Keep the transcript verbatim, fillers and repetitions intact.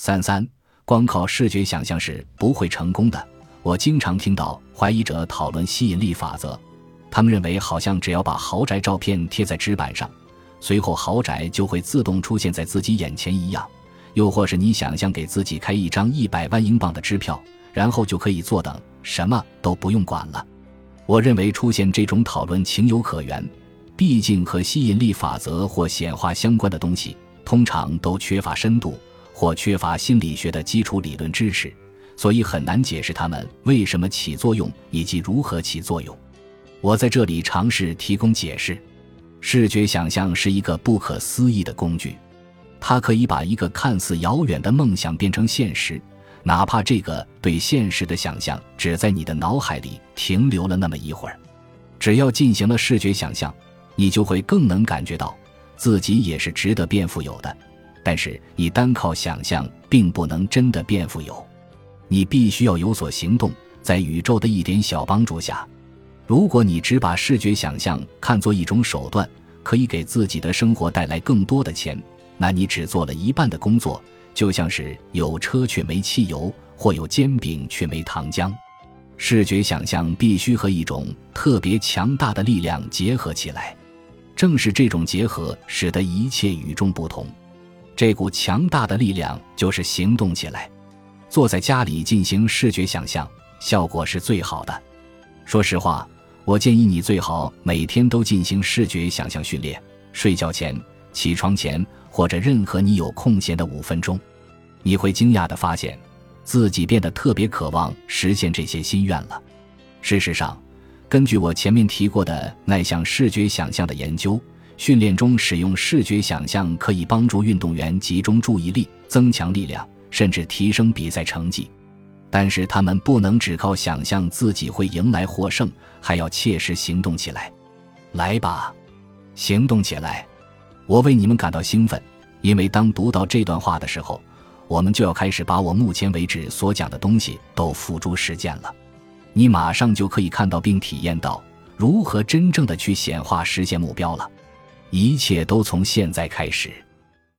三三，光靠视觉想象是不会成功的。我经常听到怀疑者讨论吸引力法则，他们认为好像只要把豪宅照片贴在纸板上，随后豪宅就会自动出现在自己眼前一样，又或是你想象给自己开一张一百万英镑的支票，然后就可以坐等，什么都不用管了。我认为出现这种讨论情有可原，毕竟和吸引力法则或显化相关的东西通常都缺乏深度或缺乏心理学的基础理论支持，所以很难解释它们为什么起作用以及如何起作用。我在这里尝试提供解释。视觉想象是一个不可思议的工具，它可以把一个看似遥远的梦想变成现实，哪怕这个对现实的想象只在你的脑海里停留了那么一会儿。只要进行了视觉想象，你就会更能感觉到自己也是值得变富有的。但是你单靠想象并不能真的变富有，你必须要有所行动，在宇宙的一点小帮助下。如果你只把视觉想象看作一种手段，可以给自己的生活带来更多的钱，那你只做了一半的工作，就像是有车却没汽油，或有煎饼却没糖浆。视觉想象必须和一种特别强大的力量结合起来，正是这种结合使得一切与众不同。这股强大的力量就是行动起来。坐在家里进行视觉想象，效果是最好的。说实话，我建议你最好每天都进行视觉想象训练，睡觉前、起床前，或者任何你有空闲的五分钟。你会惊讶地发现，自己变得特别渴望实现这些心愿了。事实上，根据我前面提过的那项视觉想象的研究，训练中使用视觉想象可以帮助运动员集中注意力，增强力量，甚至提升比赛成绩。但是他们不能只靠想象自己会迎来获胜，还要切实行动起来。来吧，行动起来！我为你们感到兴奋，因为当读到这段话的时候，我们就要开始把我目前为止所讲的东西都付诸实践了。你马上就可以看到并体验到如何真正的去显化实现目标了。一切都从现在开始。